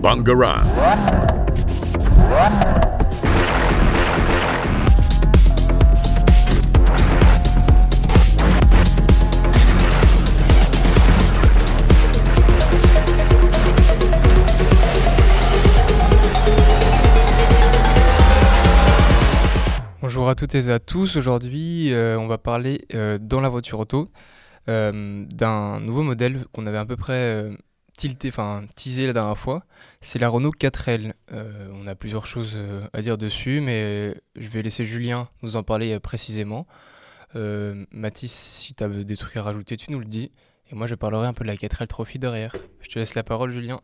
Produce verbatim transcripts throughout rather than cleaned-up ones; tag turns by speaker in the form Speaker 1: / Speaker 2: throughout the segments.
Speaker 1: Bangarang.
Speaker 2: Bonjour à toutes et à tous, aujourd'hui euh, on va parler euh, dans la voiture auto euh, d'un nouveau modèle qu'on avait à peu près euh, tilté, enfin teasé la dernière fois, c'est la Renault quatre L. Euh, on a plusieurs choses euh, à dire dessus, mais je vais laisser Julien nous en parler euh, précisément. Euh, Mathis, si tu as des trucs à rajouter, tu nous le dis, et moi je parlerai un peu de la quatre L Trophy derrière. Je te laisse la parole, Julien.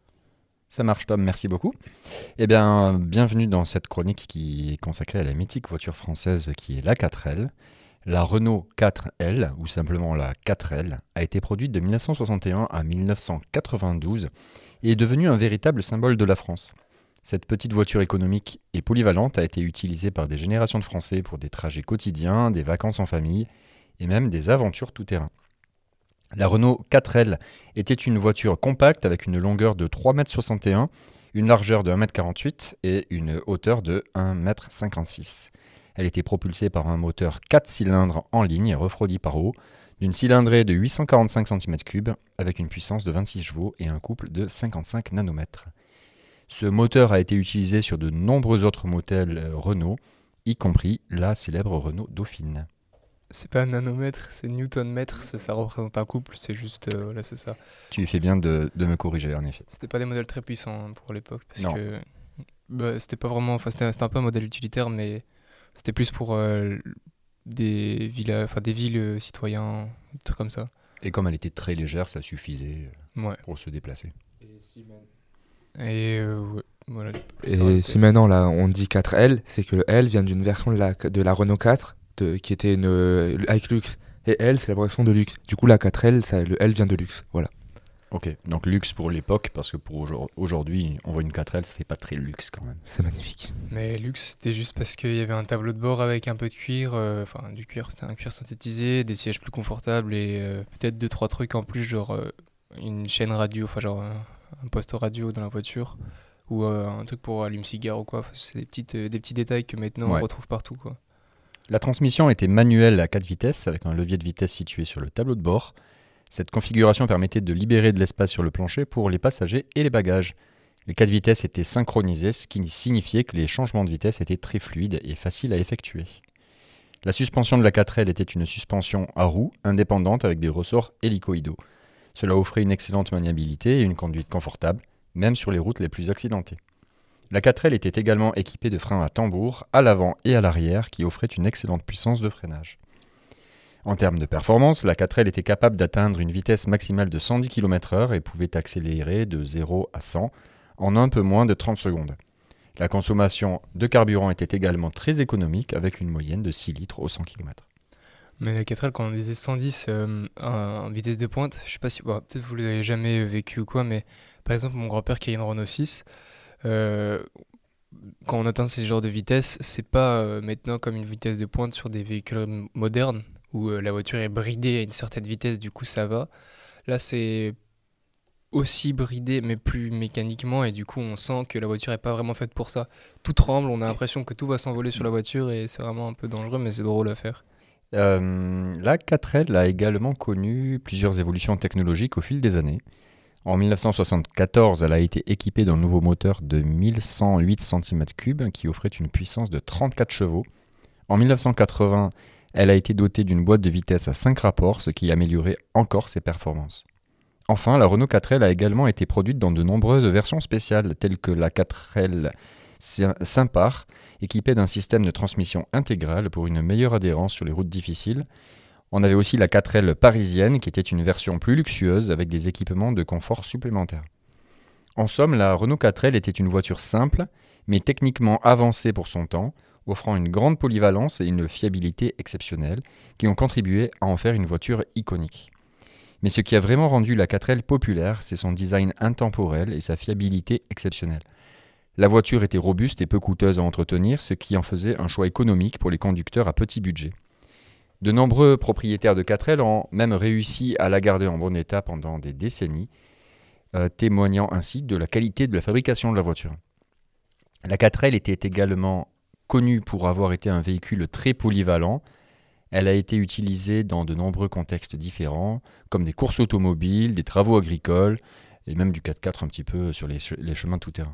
Speaker 3: Ça marche, Tom, merci beaucoup. Eh bien, bienvenue dans cette chronique qui est consacrée à la mythique voiture française qui est la quatre L. La Renault quatre L, ou simplement la quatre L, a été produite de dix-neuf cent soixante et un à dix-neuf cent quatre-vingt-douze et est devenue un véritable symbole de la France. Cette petite voiture économique et polyvalente a été utilisée par des générations de Français pour des trajets quotidiens, des vacances en famille et même des aventures tout-terrain. La Renault quatre L était une voiture compacte avec une longueur de trois mètres soixante et un, une largeur de un mètre quarante-huit et une hauteur de un mètre cinquante-six. Elle était propulsée par un moteur quatre cylindres en ligne refroidi par eau, d'une cylindrée de huit cent quarante-cinq centimètres cubes avec une puissance de vingt-six chevaux et un couple de cinquante-cinq nanomètres. Ce moteur a été utilisé sur de nombreux autres modèles Renault, y compris la célèbre Renault Dauphine.
Speaker 2: C'est pas un nanomètre, c'est newton-mètre, ça, ça représente un couple, c'est juste, euh, voilà, c'est ça.
Speaker 3: Tu fais bien de, de me corriger, en effet.
Speaker 2: C'était pas des modèles très puissants hein, pour l'époque, parce
Speaker 3: non.
Speaker 2: que bah, c'était pas vraiment, enfin c'était, c'était un peu un modèle utilitaire, mais c'était plus pour euh, des villes, enfin des villes euh, citoyens, des trucs comme ça.
Speaker 3: Et comme elle était très légère, ça suffisait
Speaker 2: ouais.
Speaker 3: pour se déplacer.
Speaker 2: Et si, man... Et, euh, ouais, voilà.
Speaker 4: Et si maintenant là on dit quatre L, c'est que le L vient d'une version de la, de la Renault quatre. De, qui était une euh, avec luxe, et L c'est la version de luxe. Du coup la quatre L, ça, le L vient de luxe, voilà.
Speaker 3: Ok, donc luxe pour l'époque, parce que pour aujourd'hui, on voit une quatre L, ça fait pas très luxe quand même.
Speaker 4: C'est magnifique.
Speaker 2: Mais luxe, c'était juste parce qu'il y avait un tableau de bord avec un peu de cuir, enfin euh, du cuir, c'était un cuir synthétisé, des sièges plus confortables et euh, peut-être deux trois trucs en plus, genre euh, une chaîne radio, enfin genre un, un poste radio dans la voiture, ou euh, un truc pour allume-cigare ou quoi. Enfin, c'est des, petites, euh, des petits détails que maintenant ouais. on retrouve partout, quoi.
Speaker 3: La transmission était manuelle à quatre vitesses avec un levier de vitesse situé sur le tableau de bord. Cette configuration permettait de libérer de l'espace sur le plancher pour les passagers et les bagages. Les quatre vitesses étaient synchronisées, ce qui signifiait que les changements de vitesse étaient très fluides et faciles à effectuer. La suspension de la quatre L était une suspension à roues indépendante avec des ressorts hélicoïdaux. Cela offrait une excellente maniabilité et une conduite confortable, même sur les routes les plus accidentées. La quatre L était également équipée de freins à tambour à l'avant et à l'arrière qui offraient une excellente puissance de freinage. En termes de performance, la quatre L était capable d'atteindre une vitesse maximale de cent dix kilomètres heure et pouvait accélérer de zéro à cent en un peu moins de trente secondes. La consommation de carburant était également très économique avec une moyenne de six litres au cent kilomètres.
Speaker 2: Mais la quatre L, quand on disait cent dix euh, en vitesse de pointe, je sais pas si, bon, peut-être vous l'avez jamais vécu ou quoi, mais par exemple mon grand-père qui a une Renault six, Euh, quand on atteint ces genres de vitesse, c'est pas euh, maintenant comme une vitesse de pointe sur des véhicules modernes où euh, la voiture est bridée à une certaine vitesse, du coup ça va. Là c'est aussi bridé mais plus mécaniquement et du coup on sent que la voiture est pas vraiment faite pour ça. Tout tremble, on a l'impression que tout va s'envoler sur la voiture et c'est vraiment un peu dangereux mais c'est drôle à faire.
Speaker 3: Euh, la quatre L a également connu plusieurs évolutions technologiques au fil des années. En dix-neuf cent soixante-quatorze, elle a été équipée d'un nouveau moteur de mille cent huit centimètres cubes qui offrait une puissance de trente-quatre chevaux. En dix-neuf cent quatre-vingts, elle a été dotée d'une boîte de vitesse à cinq rapports, ce qui améliorait encore ses performances. Enfin, la Renault quatre L a également été produite dans de nombreuses versions spéciales, telles que la quatre L Simpar, équipée d'un système de transmission intégrale pour une meilleure adhérence sur les routes difficiles. On avait aussi la quatre L parisienne, qui était une version plus luxueuse avec des équipements de confort supplémentaires. En somme, la Renault quatre L était une voiture simple, mais techniquement avancée pour son temps, offrant une grande polyvalence et une fiabilité exceptionnelle, qui ont contribué à en faire une voiture iconique. Mais ce qui a vraiment rendu la quatre L populaire, c'est son design intemporel et sa fiabilité exceptionnelle. La voiture était robuste et peu coûteuse à entretenir, ce qui en faisait un choix économique pour les conducteurs à petit budget. De nombreux propriétaires de quatre L ont même réussi à la garder en bon état pendant des décennies. euh, témoignant ainsi de la qualité de la fabrication de la voiture. La quatre L était également connue pour avoir été un véhicule très polyvalent. Elle a été utilisée dans de nombreux contextes différents, comme des courses automobiles, des travaux agricoles, et même du quatre-quatre un petit peu sur les, che- les chemins tout-terrain.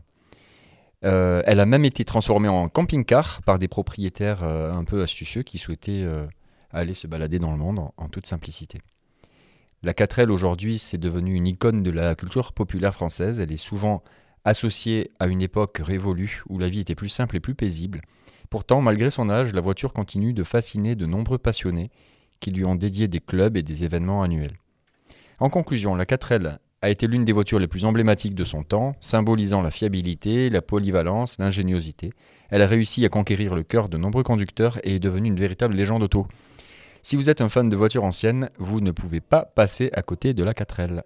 Speaker 3: Euh, elle a même été transformée en camping-car par des propriétaires euh, un peu astucieux qui souhaitaient euh, aller se balader dans le monde en, en toute simplicité. La quatre L aujourd'hui, c'est devenu une icône de la culture populaire française. Elle est souvent associée à une époque révolue où la vie était plus simple et plus paisible. Pourtant, malgré son âge, la voiture continue de fasciner de nombreux passionnés qui lui ont dédié des clubs et des événements annuels. En conclusion, la quatre L a été l'une des voitures les plus emblématiques de son temps, symbolisant la fiabilité, la polyvalence, l'ingéniosité. Elle a réussi à conquérir le cœur de nombreux conducteurs et est devenue une véritable légende auto. Si vous êtes un fan de voitures anciennes, vous ne pouvez pas passer à côté de la quatre L.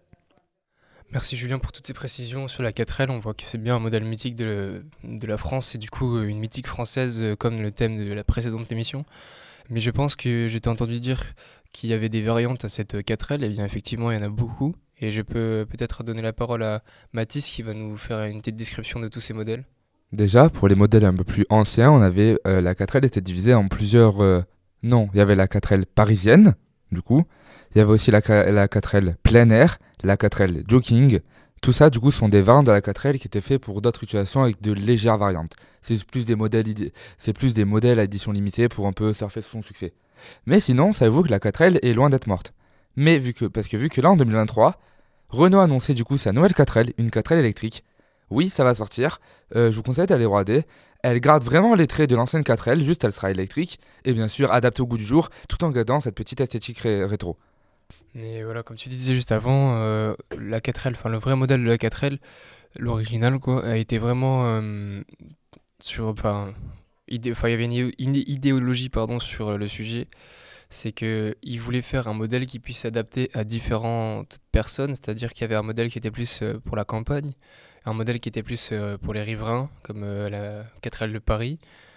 Speaker 2: Merci Julien pour toutes ces précisions sur la quatre L. On voit que c'est bien un modèle mythique de, le- de la France et du coup euh, une mythique française euh, comme le thème de la précédente émission. Mais je pense que j'ai entendu dire qu'il y avait des variantes à cette quatre L. Et bien effectivement, il y en a beaucoup. Et je peux peut-être donner la parole à Mathis qui va nous faire une petite description de tous ces modèles.
Speaker 4: Déjà, pour les modèles un peu plus anciens, on avait euh, la quatre L était divisée en plusieurs. euh, non, il y avait la quatre L parisienne, du coup. Il y avait aussi la, ca- la quatre L plein air, la quatre L jogging. Tout ça, du coup, sont des variantes de la quatre L qui étaient faits pour d'autres utilisations avec de légères variantes. C'est plus des modèles, idi- c'est plus des modèles à édition limitée pour un peu surfer sur son succès. Mais sinon, savez-vous que la quatre L est loin d'être morte. Mais vu que, parce que vu que là, en deux mille vingt-trois, Renault a annoncé du coup sa nouvelle quatre L, une quatre L électrique. Oui, ça va sortir. Euh, je vous conseille d'aller regarder. Elle garde vraiment les traits de l'ancienne quatre L, juste elle sera électrique et bien sûr adaptée au goût du jour, tout en gardant cette petite esthétique ré- rétro.
Speaker 2: Mais voilà, comme tu disais juste avant, euh, la quatre L, enfin le vrai modèle de la quatre L, l'original quoi, a été vraiment euh, sur, enfin, idé- enfin, il y avait une, idé- une idéologie pardon sur euh, le sujet. C'est que il voulait faire un modèle qui puisse s'adapter à différentes personnes, c'est-à-dire qu'il y avait un modèle qui était plus euh, pour la campagne, un modèle qui était plus euh, pour les riverains, comme euh, la quatre L de Paris,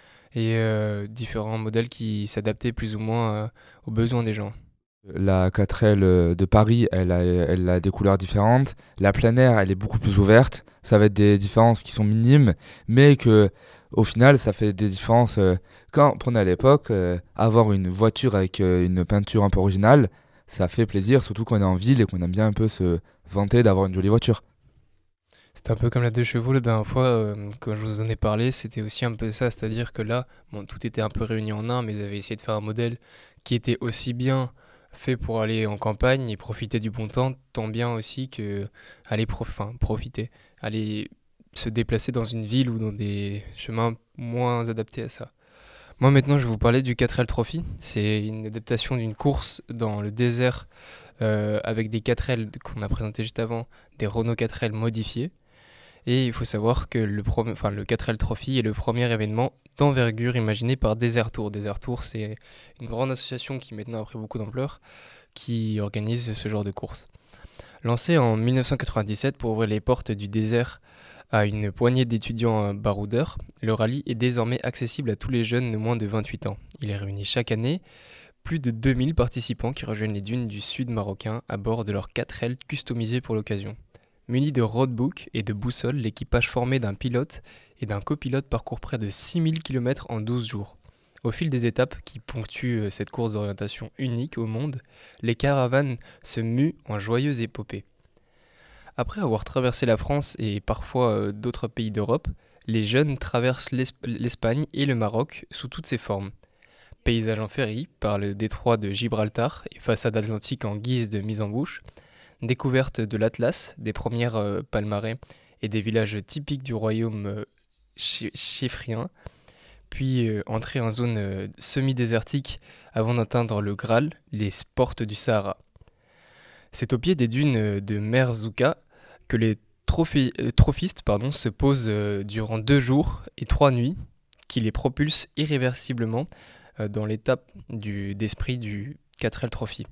Speaker 2: et euh, différents modèles qui s'adaptaient plus ou moins euh, aux besoins des gens.
Speaker 4: La quatre L euh, de Paris, elle a, elle a des couleurs différentes. La plein air, elle est beaucoup plus ouverte. Ça va être des différences qui sont minimes, mais que au final, ça fait des différences. euh, Quand prenez à l'époque, euh, avoir une voiture avec euh, une peinture un peu originale, ça fait plaisir, surtout quand on est en ville et qu'on aime bien un peu se vanter d'avoir une jolie voiture.
Speaker 2: C'était un peu comme la deux chevaux la dernière fois, euh, quand je vous en ai parlé, c'était aussi un peu ça, c'est-à-dire que là, bon, tout était un peu réuni en un, mais ils avaient essayé de faire un modèle qui était aussi bien fait pour aller en campagne et profiter du bon temps, tant bien aussi que aller prof- enfin, profiter, aller se déplacer dans une ville ou dans des chemins moins adaptés à ça. Moi maintenant, je vais vous parler du quatre L Trophy. C'est une adaptation d'une course dans le désert euh, avec des quatre L qu'on a présenté juste avant, des Renault quatre L modifiés. Et il faut savoir que le, pro- enfin, le quatre L Trophy est le premier événement d'envergure imaginé par Desert Tour. Desert Tour, c'est une grande association qui maintenant a pris beaucoup d'ampleur, qui organise ce genre de course. Lancé en mille neuf cent quatre-vingt-dix-sept pour ouvrir les portes du désert à une poignée d'étudiants euh, baroudeurs, le rallye est désormais accessible à tous les jeunes de moins de vingt-huit ans. Il est réuni chaque année plus de deux mille participants qui rejoignent les dunes du sud marocain à bord de leur quatre L customisés pour l'occasion. Muni de roadbook et de boussole, l'équipage formé d'un pilote et d'un copilote parcourt près de six mille kilomètres en douze jours. Au fil des étapes qui ponctuent euh, cette course d'orientation unique au monde, les caravanes se muent en joyeuse épopée. Après avoir traversé la France et parfois euh, d'autres pays d'Europe, les jeunes traversent l'Esp- l'Espagne et le Maroc sous toutes ses formes. Paysage en ferry par le détroit de Gibraltar et façade atlantique en guise de mise en bouche, découverte de l'Atlas, des premières euh, palmarès et des villages typiques du royaume euh, chi- chiffrien, puis euh, entrée en zone euh, semi-désertique avant d'atteindre le Graal, les portes du Sahara. C'est au pied des dunes euh, de Merzouga que les trophi- euh, trophistes pardon, se posent euh, durant deux jours et trois nuits, qui les propulsent irréversiblement euh, dans l'étape du- d'esprit du quatre L Trophy.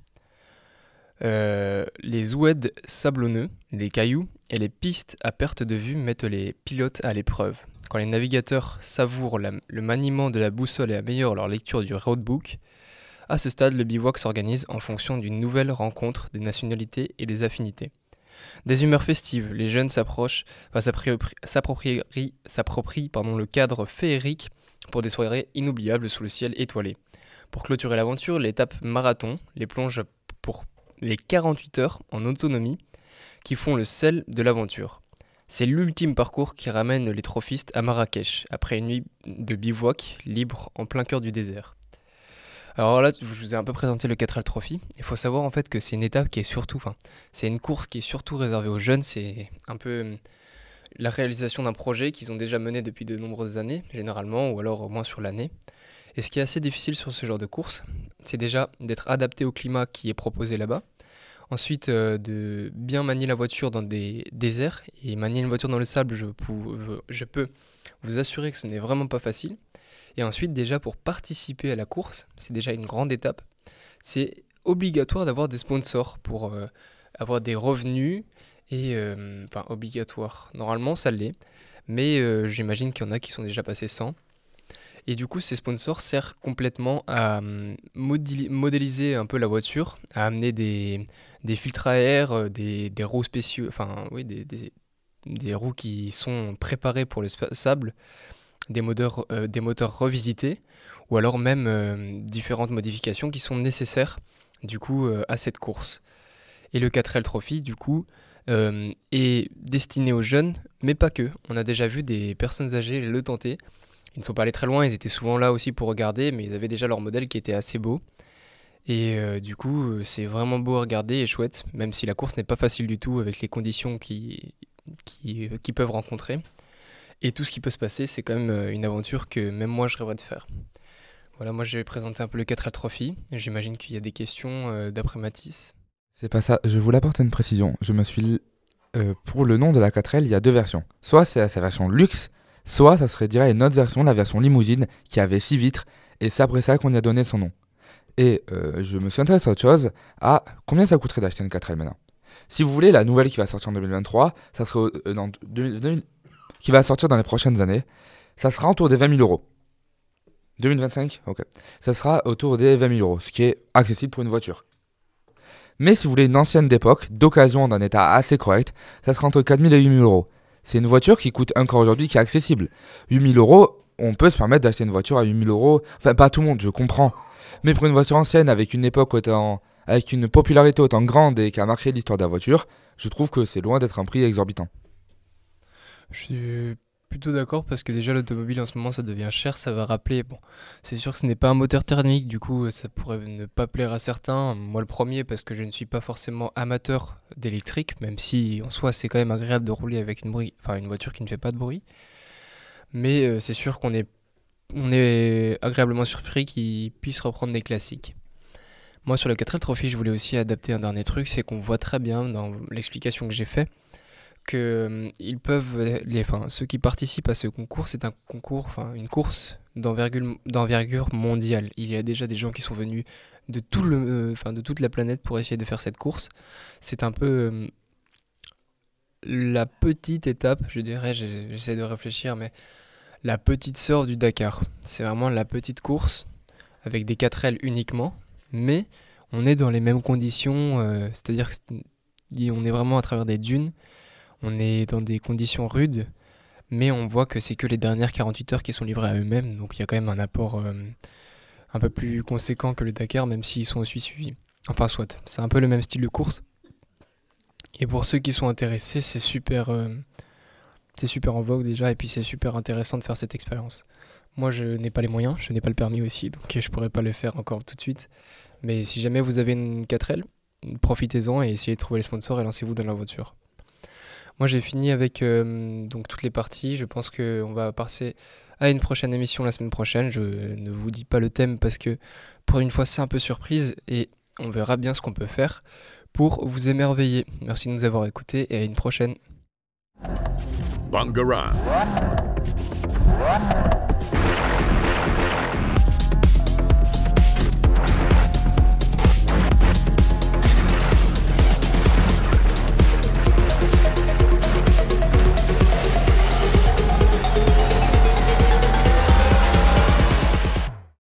Speaker 2: Euh, les oueds sablonneux, les cailloux et les pistes à perte de vue mettent les pilotes à l'épreuve. Quand les navigateurs savourent la- le maniement de la boussole et améliorent leur lecture du roadbook, à ce stade, le bivouac s'organise en fonction d'une nouvelle rencontre des nationalités et des affinités. Des humeurs festives, les jeunes s'approchent, enfin, s'appropri- s'approprient, s'approprient pardon, le cadre féerique pour des soirées inoubliables sous le ciel étoilé. Pour clôturer l'aventure, l'étape marathon les plonge pour les quarante-huit heures en autonomie qui font le sel de l'aventure. C'est l'ultime parcours qui ramène les trophistes à Marrakech, après une nuit de bivouac libre en plein cœur du désert. Alors là, je vous ai un peu présenté le quatre L Trophy. Il faut savoir en fait que c'est une étape qui est surtout, enfin, c'est une course qui est surtout réservée aux jeunes. C'est un peu euh, la réalisation d'un projet qu'ils ont déjà mené depuis de nombreuses années, généralement, ou alors au moins sur l'année. Et ce qui est assez difficile sur ce genre de course, c'est déjà d'être adapté au climat qui est proposé là-bas. Ensuite, euh, de bien manier la voiture dans des déserts. Et manier une voiture dans le sable, je, pou- je peux vous assurer que ce n'est vraiment pas facile. Et ensuite, déjà, pour participer à la course, c'est déjà une grande étape. C'est obligatoire d'avoir des sponsors pour euh, avoir des revenus. Et, euh, enfin, obligatoire. Normalement, ça l'est. Mais euh, j'imagine qu'il y en a qui sont déjà passés sans. Et du coup, ces sponsors servent complètement à hum, modili- modéliser un peu la voiture, à amener des, des filtres à air, euh, des, des roues spéciaux, enfin, oui, des, des, des roues qui sont préparées pour le spa- sable, des moteurs, euh, des moteurs revisités, ou alors même euh, différentes modifications qui sont nécessaires, du coup, euh, à cette course. Et le quatre L Trophy, du coup, euh, est destiné aux jeunes, mais pas que. On a déjà vu des personnes âgées le tenter. Ils ne sont pas allés très loin, ils étaient souvent là aussi pour regarder, mais ils avaient déjà leur modèle qui était assez beau. Et euh, du coup, euh, c'est vraiment beau à regarder et chouette, même si la course n'est pas facile du tout avec les conditions qui, qui, euh, qu'ils peuvent rencontrer. Et tout ce qui peut se passer, c'est quand même euh, une aventure que même moi je rêverais de faire. Voilà, moi j'ai présenté un peu le quatre L Trophy. J'imagine qu'il y a des questions euh, d'après Mathis.
Speaker 4: C'est pas ça, je voulais apporter une précision. Je me suis. euh, pour le nom de la quatre L, il y a deux versions. Soit c'est sa version luxe, soit ça serait direct une autre version, la version limousine, qui avait six vitres, et c'est après ça qu'on y a donné son nom. Et euh, je me suis intéressé à autre chose, à combien ça coûterait d'acheter une quatre L maintenant. Si vous voulez, la nouvelle qui va sortir en deux mille vingt-trois, ça serait euh, dans deux mille, deux mille qui va sortir dans les prochaines années, ça sera autour des vingt mille euros. deux mille vingt-cinq, ok. Ça sera autour des vingt mille euros, ce qui est accessible pour une voiture. Mais si vous voulez une ancienne d'époque, d'occasion dans un état assez correct, ça sera entre quatre mille et huit mille euros. C'est une voiture qui coûte encore aujourd'hui, qui est accessible. huit mille euros, on peut se permettre d'acheter une voiture à huit mille euros. Enfin, pas tout le monde, je comprends. Mais pour une voiture ancienne, avec une époque autant, avec une popularité autant grande et qui a marqué l'histoire de la voiture, je trouve que c'est loin d'être un prix exorbitant.
Speaker 2: Je suis plutôt d'accord parce que déjà l'automobile en ce moment ça devient cher, ça va rappeler, bon, c'est sûr que ce n'est pas un moteur thermique, du coup ça pourrait ne pas plaire à certains, moi le premier parce que je ne suis pas forcément amateur d'électrique, même si en soi c'est quand même agréable de rouler avec une, bruit, enfin, une voiture qui ne fait pas de bruit, mais euh, c'est sûr qu'on est, on est agréablement surpris qu'ils puissent reprendre des classiques. Moi sur le quatre L Trophy je voulais aussi adapter un dernier truc, c'est qu'on voit très bien dans l'explication que j'ai fait que euh, ils peuvent les, enfin, ceux qui participent à ce concours, c'est un concours, enfin une course d'envergure, d'envergure mondiale. Il y a déjà des gens qui sont venus de tout le, euh, enfin de toute la planète pour essayer de faire cette course. C'est un peu euh, la petite étape, je dirais, j'ai- j'essaie de réfléchir, mais la petite sœur du Dakar. C'est vraiment la petite course avec des quatre L uniquement, mais on est dans les mêmes conditions, euh, c'est-à-dire qu'on est vraiment à travers des dunes. On est dans des conditions rudes, mais on voit que c'est que les dernières quarante-huit heures qui sont livrées à eux-mêmes, donc il y a quand même un apport euh, un peu plus conséquent que le Dakar, même s'ils sont aussi suivis. Enfin, soit, c'est un peu le même style de course. Et pour ceux qui sont intéressés, c'est super, euh, c'est super en vogue déjà, et puis c'est super intéressant de faire cette expérience. Moi, je n'ai pas les moyens, je n'ai pas le permis aussi, donc je pourrais pas le faire encore tout de suite. Mais si jamais vous avez une quatre L, profitez-en et essayez de trouver les sponsors et lancez-vous dans l'aventure. Moi j'ai fini avec euh, donc toutes les parties, je pense qu'on va passer à une prochaine émission la semaine prochaine, je ne vous dis pas le thème parce que pour une fois c'est un peu surprise et on verra bien ce qu'on peut faire pour vous émerveiller. Merci de nous avoir écoutés et à une prochaine.
Speaker 1: Bangarang.